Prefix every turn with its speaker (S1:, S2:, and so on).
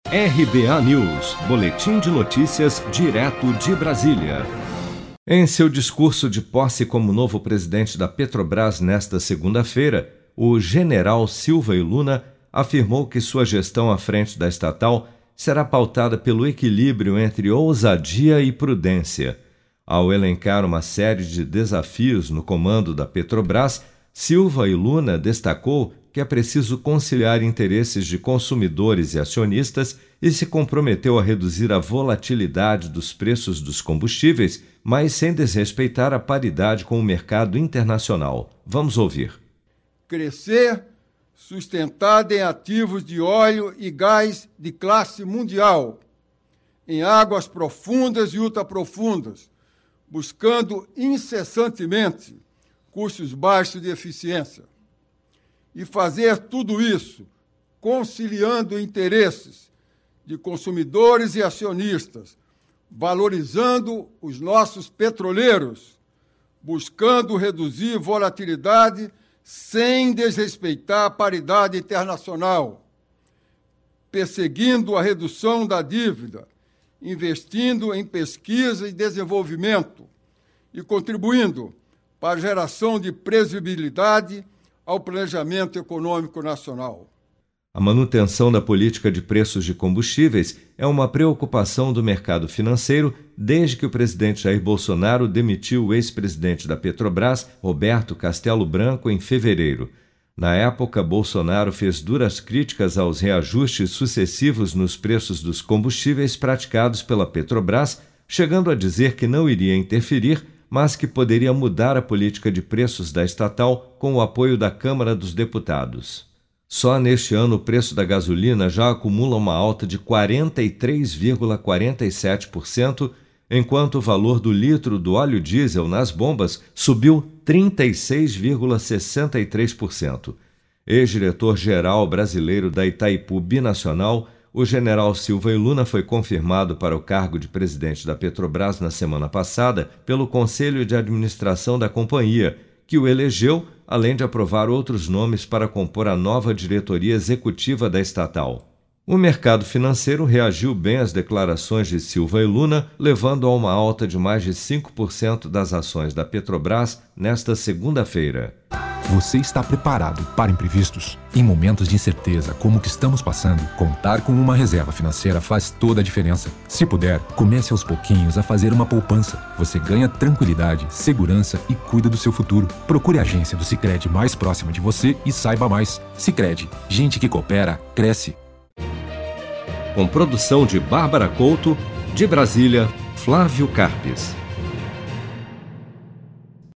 S1: RBA News, boletim de notícias direto de Brasília. Em seu discurso de posse como novo presidente da Petrobras nesta segunda-feira, o general Silva e Luna afirmou que sua gestão à frente da estatal será pautada pelo equilíbrio entre ousadia e prudência. Ao elencar uma série de desafios no comando da Petrobras, Silva e Luna destacou que é preciso conciliar interesses de consumidores e acionistas e se comprometeu a reduzir a volatilidade dos preços dos combustíveis, mas sem desrespeitar a paridade com o mercado internacional. Vamos ouvir.
S2: Crescer sustentada em ativos de óleo e gás de classe mundial, em águas profundas e ultraprofundas, buscando incessantemente custos baixos de eficiência. E fazer tudo isso conciliando interesses de consumidores e acionistas, valorizando os nossos petroleiros, buscando reduzir volatilidade sem desrespeitar a paridade internacional, perseguindo a redução da dívida, investindo em pesquisa e desenvolvimento e contribuindo para a geração de previsibilidade ao planejamento econômico nacional.
S1: A manutenção da política de preços de combustíveis é uma preocupação do mercado financeiro desde que o presidente Jair Bolsonaro demitiu o ex-presidente da Petrobras, Roberto Castello Branco, em fevereiro. Na época, Bolsonaro fez duras críticas aos reajustes sucessivos nos preços dos combustíveis praticados pela Petrobras, chegando a dizer que não iria interferir, mas que poderia mudar a política de preços da estatal com o apoio da Câmara dos Deputados. Só neste ano o preço da gasolina já acumula uma alta de 43,47%, enquanto o valor do litro do óleo diesel nas bombas subiu 36,63%. Ex-diretor-geral brasileiro da Itaipu Binacional, o general Silva e Luna foi confirmado para o cargo de presidente da Petrobras na semana passada pelo Conselho de Administração da companhia, que o elegeu, além de aprovar outros nomes para compor a nova diretoria executiva da estatal. O mercado financeiro reagiu bem às declarações de Silva e Luna, levando a uma alta de mais de 5% das ações da Petrobras nesta segunda-feira.
S3: Você está preparado para imprevistos? Em momentos de incerteza como o que estamos passando, contar com uma reserva financeira faz toda a diferença. Se puder, comece aos pouquinhos a fazer uma poupança. Você ganha tranquilidade, segurança e cuida do seu futuro. Procure a agência do Sicredi mais próxima de você e saiba mais. Sicredi, gente que coopera, cresce.
S1: Com produção de Bárbara Couto, de Brasília, Flávio Carpes.